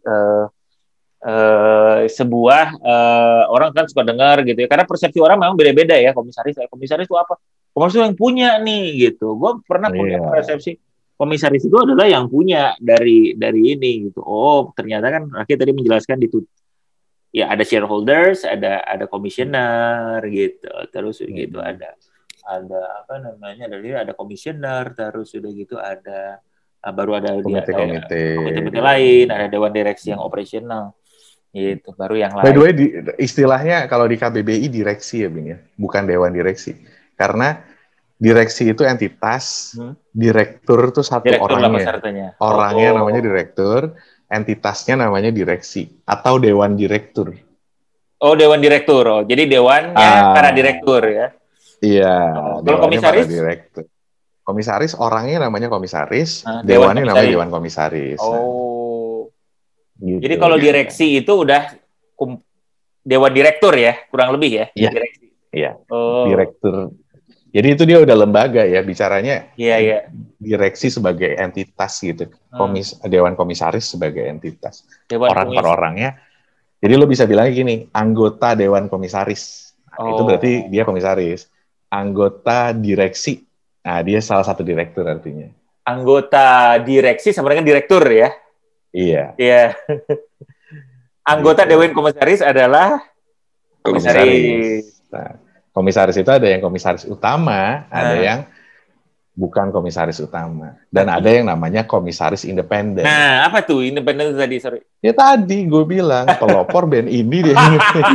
Speaker 1: sebuah orang kan suka dengar gitu ya. Karena persepsi orang memang beda-beda ya. Komisaris itu apa? Komisaris itu yang punya nih gitu. Gue pernah punya persepsi komisaris itu adalah yang punya dari ini gitu. Oh, ternyata kan Raki tadi menjelaskan ya ada shareholders, ada commissioner gitu. Terus gitu ada apa namanya? Ada commissioner, terus udah gitu ada baru ada komite lain, ada dewan direksi yang operasional. Gitu, baru yang lain.
Speaker 3: By the way, istilahnya kalau di KBBI direksi ya, Bing ya, bukan dewan direksi. Karena direksi itu entitas, direktur itu satu orangnya. Orangnya namanya direktur, entitasnya namanya direksi atau dewan direktur.
Speaker 1: Oh, dewan direktur. Oh, jadi dewannya para direktur ya.
Speaker 3: Iya.
Speaker 1: Kalau komisaris?
Speaker 3: Komisaris orangnya namanya komisaris, dewannya namanya dewan komisaris.
Speaker 1: Oh. Gitu. Jadi kalau direksi itu udah dewan direktur ya, kurang lebih ya?
Speaker 3: Iya.
Speaker 1: Direksi.
Speaker 3: Iya. Oh. Direktur. Jadi itu dia udah lembaga ya, bicaranya.
Speaker 1: Iya.
Speaker 3: Direksi sebagai entitas gitu. Dewan komisaris sebagai entitas. Orang per orangnya. Jadi lo bisa bilang gini, anggota dewan komisaris. Nah, itu berarti dia komisaris. Anggota direksi. Nah, dia salah satu direktur artinya.
Speaker 1: Anggota direksi sama dengan direktur ya?
Speaker 3: Iya.
Speaker 1: Anggota Dewan Komisaris adalah komisaris.
Speaker 3: Nah, komisaris itu ada yang komisaris utama, ada yang bukan komisaris utama, dan ada yang namanya komisaris independen.
Speaker 1: Nah, apa tuh independen tadi? Sorry.
Speaker 3: Ya tadi gue bilang pelopor band ini dia.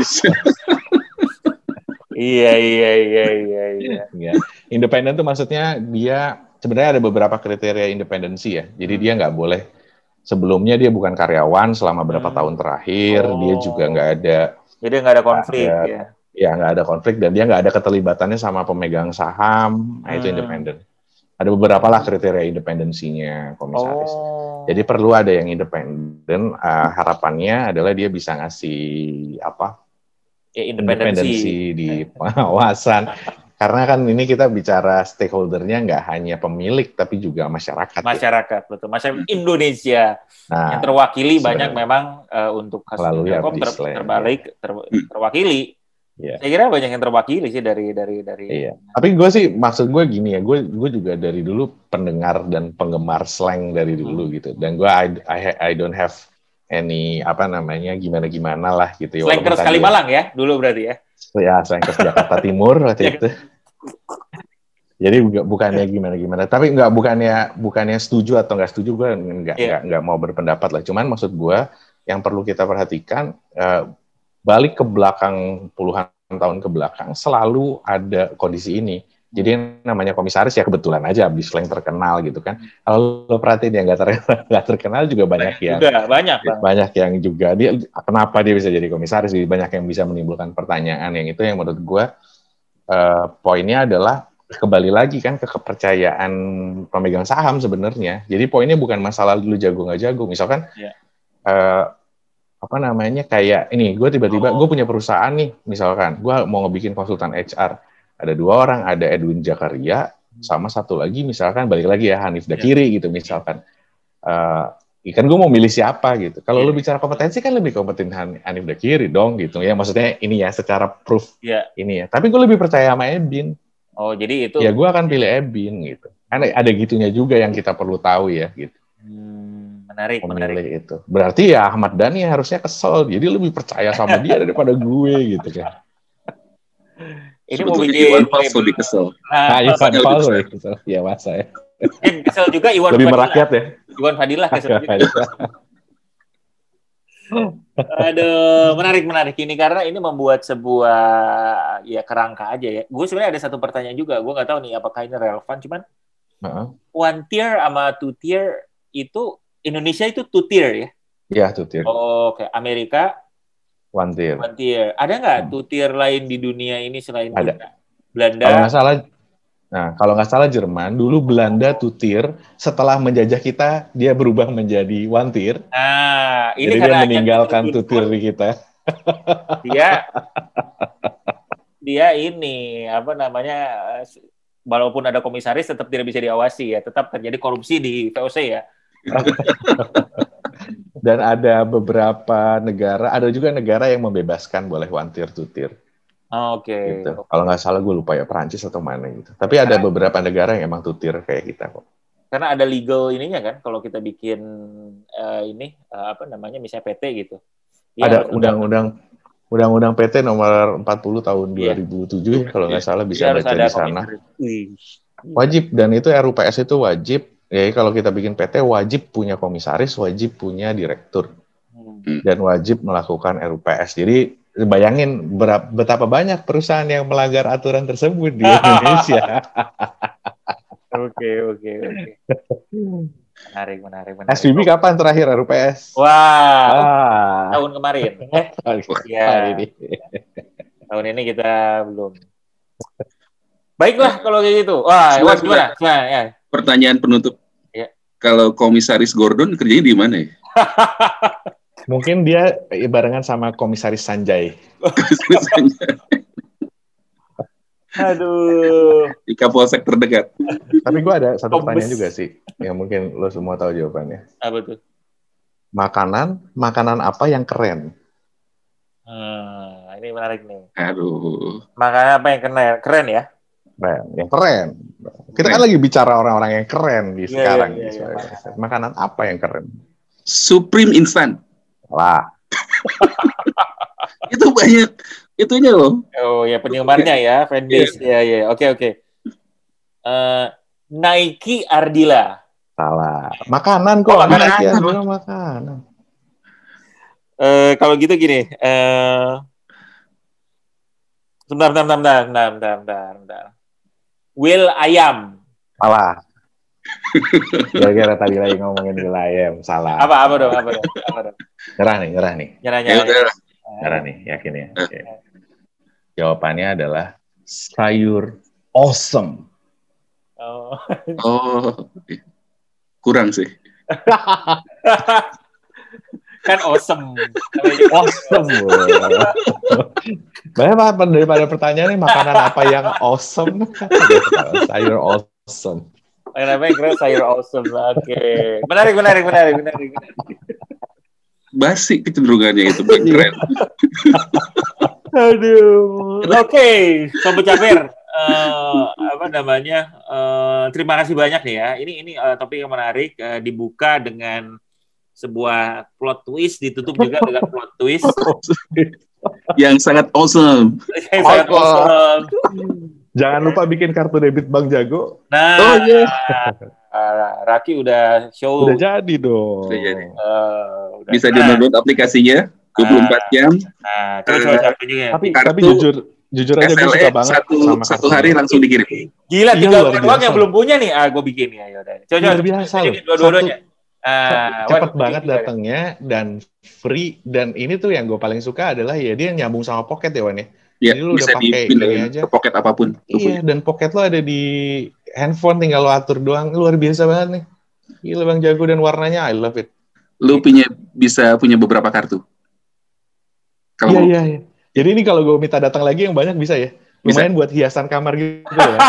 Speaker 3: Iya. Independen tuh maksudnya dia sebenarnya ada beberapa kriteria independensi ya. Jadi dia nggak boleh. Sebelumnya dia bukan karyawan selama berapa tahun terakhir, dia juga nggak ada.
Speaker 1: Jadi nggak ada konflik ya?
Speaker 3: Ya nggak ada konflik dan dia nggak ada keterlibatannya sama pemegang saham, nah itu independen. Ada beberapa lah kriteria independensinya komisaris. Jadi perlu ada yang independen. Harapannya adalah dia bisa ngasih apa?
Speaker 1: Ya, independensi
Speaker 3: di pengawasan. Karena kan ini kita bicara stakeholdernya nggak hanya pemilik, tapi juga masyarakat.
Speaker 1: Masyarakat, betul. Masyarakat Indonesia yang terwakili banyak memang untuk kasus Telkom terwakili. Yeah. Saya kira banyak yang terwakili sih dari.
Speaker 3: Iya. Tapi gue sih maksud gue gini ya, gue juga dari dulu pendengar dan penggemar slang dari dulu gitu. Dan gue I don't have any gimana lah gitu.
Speaker 1: Slankers Kalimalang ya dulu berarti ya.
Speaker 3: Ya, Slankers Jakarta Timur waktu itu. Jadi bukannya gimana, tapi bukannya setuju atau nggak setuju, gue nggak mau berpendapat lah. Cuman maksud gue yang perlu kita perhatikan, balik ke belakang puluhan tahun ke belakang selalu ada kondisi ini. Jadi yang namanya komisaris ya kebetulan aja abis slang terkenal gitu kan. Kalau lo perhatiin yang nggak terkenal juga banyak yang juga dia kenapa dia bisa jadi komisaris, banyak yang bisa menimbulkan pertanyaan. Yang itu yang menurut gue poinnya adalah kembali lagi kan ke kepercayaan pemegang saham sebenarnya. Jadi poinnya bukan masalah lu jago nggak jago. Misalkan kayak ini gue tiba-tiba gue punya perusahaan nih, misalkan gue mau ngebikin konsultan HR. Ada 2 orang, ada Edwin Jakaria, sama satu lagi misalkan, balik lagi ya, Hanif Dakiri gitu misalkan. Kan gue mau milih siapa gitu. Kalau lu bicara kompetensi kan lebih kompeten Hanif Dakiri dong gitu. Ya maksudnya ini ya, secara proof ini ya. Tapi gue lebih percaya sama Ebin.
Speaker 1: Oh jadi itu.
Speaker 3: Ya gue akan pilih Ebin gitu. Karena ada gitunya juga yang kita perlu tahu ya gitu.
Speaker 1: Menarik.
Speaker 3: Itu. Berarti ya Ahmad Dhani harusnya kesel. Jadi lebih percaya sama dia daripada gue gitu kan.
Speaker 1: Ini mau bikin
Speaker 2: Iwan Fals lebih kesel.
Speaker 3: Iwan Fals lebih kesel. Ya masa ya.
Speaker 1: Kesel juga Iwan
Speaker 3: lebih Fadilah. Merakyat ya.
Speaker 1: Iwan Fadilah kesel juga. Aduh, menarik ini karena ini membuat sebuah ya kerangka aja ya. Gue sebenarnya ada satu pertanyaan juga. Gue nggak tahu nih apakah ini relevan. Cuman one tier sama two tier itu Indonesia itu two tier ya?
Speaker 3: Iya two tier.
Speaker 1: Oke. Amerika
Speaker 3: One tier.
Speaker 1: Ada nggak two tier lain di dunia ini selain
Speaker 3: ada.
Speaker 1: Belanda?
Speaker 3: Kalau nggak salah Jerman dulu Belanda two tier, setelah menjajah kita dia berubah menjadi one tier.
Speaker 1: Nah, ini
Speaker 3: jadi dia meninggalkan two tier di kita.
Speaker 1: Dia ini walaupun ada komisaris tetap tidak bisa diawasi ya, tetap terjadi korupsi di VOC ya.
Speaker 3: Dan ada beberapa negara, ada juga negara yang membebaskan boleh one tier, two tier.
Speaker 1: Oke.
Speaker 3: Gitu. Kalau nggak salah gue lupa ya, Perancis atau mana gitu. Tapi ada beberapa negara yang emang two tier kayak kita kok.
Speaker 1: Karena ada legal ininya kan, kalau kita bikin apa namanya, misalnya PT gitu.
Speaker 3: Ada undang-undang PT nomor 40 tahun 2007 kalau nggak salah, bisa baca di sana. Wajib, dan itu RUPS itu wajib. Ya kalau kita bikin PT wajib punya komisaris, wajib punya direktur, dan wajib melakukan RUPS. Jadi bayangin betapa banyak perusahaan yang melanggar aturan tersebut di Indonesia.
Speaker 1: Oke. Menarik.
Speaker 3: SVB kapan terakhir RUPS?
Speaker 1: Wah. Tahun kemarin. Tahun ini kita belum. Baiklah kalau kayak gitu. Wah, gimana? Ya.
Speaker 2: Pertanyaan penutup.
Speaker 1: Ya.
Speaker 2: Kalau Komisaris Gordon kerjanya di mana ya?
Speaker 3: Mungkin dia barengan sama Komisaris Sanjay.
Speaker 1: Aduh.
Speaker 2: Di Kapolsek terdekat.
Speaker 3: Tapi gue ada satu pertanyaan juga sih, yang mungkin lo semua tahu jawabannya.
Speaker 1: Apa tuh?
Speaker 3: Makanan apa yang keren?
Speaker 1: Ini menarik nih.
Speaker 2: Aduh.
Speaker 1: Makanan apa yang keren ya?
Speaker 3: Yang keren. Kita kan lagi bicara orang-orang yang keren di sekarang. Makanan apa yang keren?
Speaker 2: Supreme instan.
Speaker 3: Lah.
Speaker 2: Itu banyak itunya loh.
Speaker 1: Oh ya, penggemarnya ya, fanbase. Ya. Oke. Nike Ardila.
Speaker 3: Salah. Makanan kok. Nike Ardila makanan.
Speaker 1: Kalau gitu gini. Bentar. Will Ayam.
Speaker 3: Salah. Gara-gara tadi lagi ngomongin Will Ayam. Salah.
Speaker 1: Apa dong?
Speaker 3: Nyerah nih. Nyerah nih, yakin ya. Okay. Jawabannya adalah sayur awesome.
Speaker 2: Kurang sih.
Speaker 1: Kan awesome.
Speaker 3: Awesome. Banyak daripada pertanyaannya makanan apa yang awesome. Sayur awesome.
Speaker 1: Namanya keren sayur awesome. Oke. Menarik.
Speaker 2: Basi kecenderungannya itu keren.
Speaker 1: Aduh. Oke, Sobat Caper. Terima kasih banyak nih ya. Ini topik yang menarik, dibuka dengan sebuah plot twist, ditutup juga dengan plot twist
Speaker 2: yang sangat awesome.
Speaker 3: Jangan lupa bikin kartu debit Bang Jago.
Speaker 1: Nah, Raki udah show.
Speaker 3: Udah jadi dong.
Speaker 2: Bisa di-download aplikasinya 24 jam.
Speaker 1: Coba juga.
Speaker 3: Tapi jujur aja gue suka banget sama
Speaker 2: satu hari langsung dikirim.
Speaker 1: Gila, tinggal doang yang belum punya nih. Gue bikin ya. Yaudah. Coba
Speaker 3: biasa loh.
Speaker 1: Dua-duanya.
Speaker 3: Cepat banget datangnya dan free, dan ini tuh yang gue paling suka adalah ya dia nyambung sama Pocket ya Wan ya.
Speaker 2: Ya,
Speaker 3: jadi lu
Speaker 2: bisa
Speaker 3: udah pakai ini aja
Speaker 2: ke Pocket apapun.
Speaker 3: Iya, dan Pocket lo ada di handphone, tinggal lo atur doang. Luar biasa banget nih. Gila Bang Jago, dan warnanya I love it.
Speaker 2: Lu bisa punya beberapa kartu.
Speaker 3: Iya. Jadi ini kalau gue minta datang lagi yang banyak bisa ya. Lumayan buat hiasan kamar gitu ya.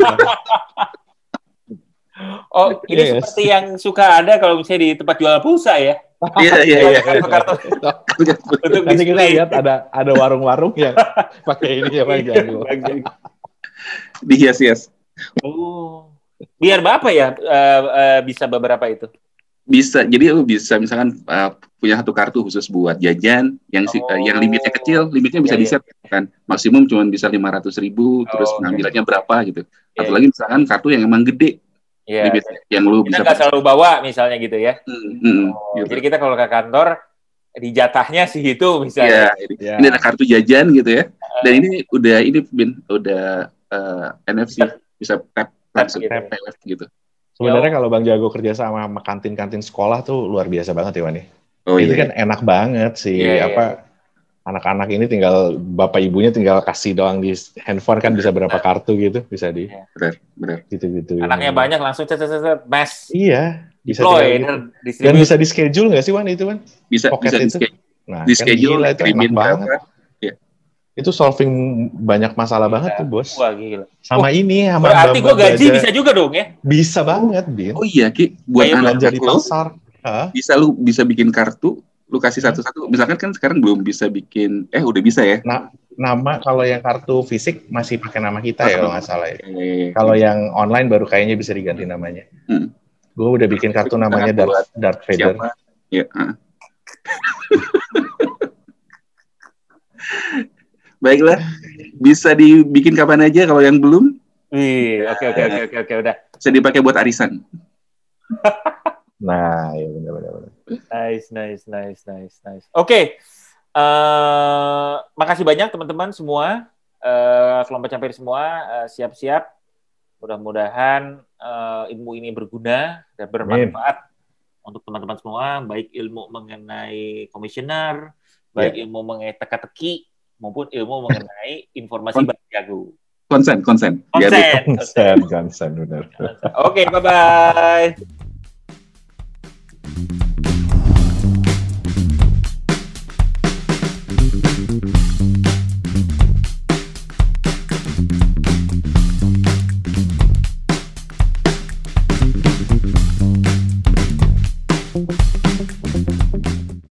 Speaker 1: Oh, ini seperti yang suka ada kalau misalnya di tempat jual pulsa ya.
Speaker 2: Iya.
Speaker 3: Nanti kita lihat ada warung-warung yang pakai ini ya Bang Jago.
Speaker 2: Dihias-hias.
Speaker 1: Oh. Biar Bapak ya bisa beberapa itu.
Speaker 2: Bisa. Jadi lu bisa misalkan punya satu kartu khusus buat jajan yang limitnya kecil, limitnya bisa di-set kan. Maksimum cuma bisa 500.000, terus pengambilannya berapa gitu. Atau lagi misalkan kartu yang emang gede.
Speaker 1: Iya.
Speaker 2: Yang lu
Speaker 1: kita
Speaker 2: bisa
Speaker 1: nggak selalu bawa misalnya gitu ya.
Speaker 2: Gitu.
Speaker 1: Jadi kita kalau ke kantor di jatahnya sih itu misalnya.
Speaker 2: Iya. Ini ada kartu jajan gitu ya. Dan ini udah NFC, bisa tap gitu.
Speaker 3: Sebenarnya kalau Bang Jago kerja sama kantin-kantin sekolah tuh luar biasa banget ya Wan. Itu kan enak banget sih. Anak-anak ini tinggal bapak ibunya tinggal kasih doang di handphone kan, bisa berapa kartu gitu, bisa di
Speaker 2: benar
Speaker 3: gitu.
Speaker 1: Anaknya banyak langsung mass.
Speaker 3: Iya, bisa dan bisa di schedule nggak sih Wan itu Wan?
Speaker 2: Bisa
Speaker 3: di
Speaker 2: schedule,
Speaker 3: nah, di schedule itu enak banget. Itu solving banyak masalah banget tuh, Bos.
Speaker 1: Wah, gila.
Speaker 3: Sama ini, sama
Speaker 1: berarti gue gaji bisa juga dong ya?
Speaker 3: Bisa banget, Bin.
Speaker 2: Oh iya, Ki. Buat anak
Speaker 3: belanja di pasar.
Speaker 2: Lu bisa bikin kartu, lu kasih satu-satu. Misalkan kan sekarang belum bisa bikin, udah bisa ya?
Speaker 3: Nama kalau yang kartu fisik masih pakai nama kita ya kalau nggak salah ya. Kalau yang online baru kayaknya bisa diganti namanya. Gue udah bikin kartu namanya Darth Vader.
Speaker 2: Ya. Baiklah, bisa dibikin kapan aja kalau yang belum.
Speaker 1: Oke, udah.
Speaker 2: Bisa dipakai buat arisan.
Speaker 3: Nah, ya benar.
Speaker 1: Nice. Oke. Makasih banyak teman-teman semua. Kelompok campir semua, siap-siap. Mudah-mudahan ilmu ini berguna dan bermanfaat untuk teman-teman semua, baik ilmu mengenai komisioner, baik ilmu mengenai teka-teki, maupun ilmu mengenai informasi Bang Jago.
Speaker 2: Konsen.
Speaker 3: Konsen, benar.
Speaker 1: Oke, bye-bye.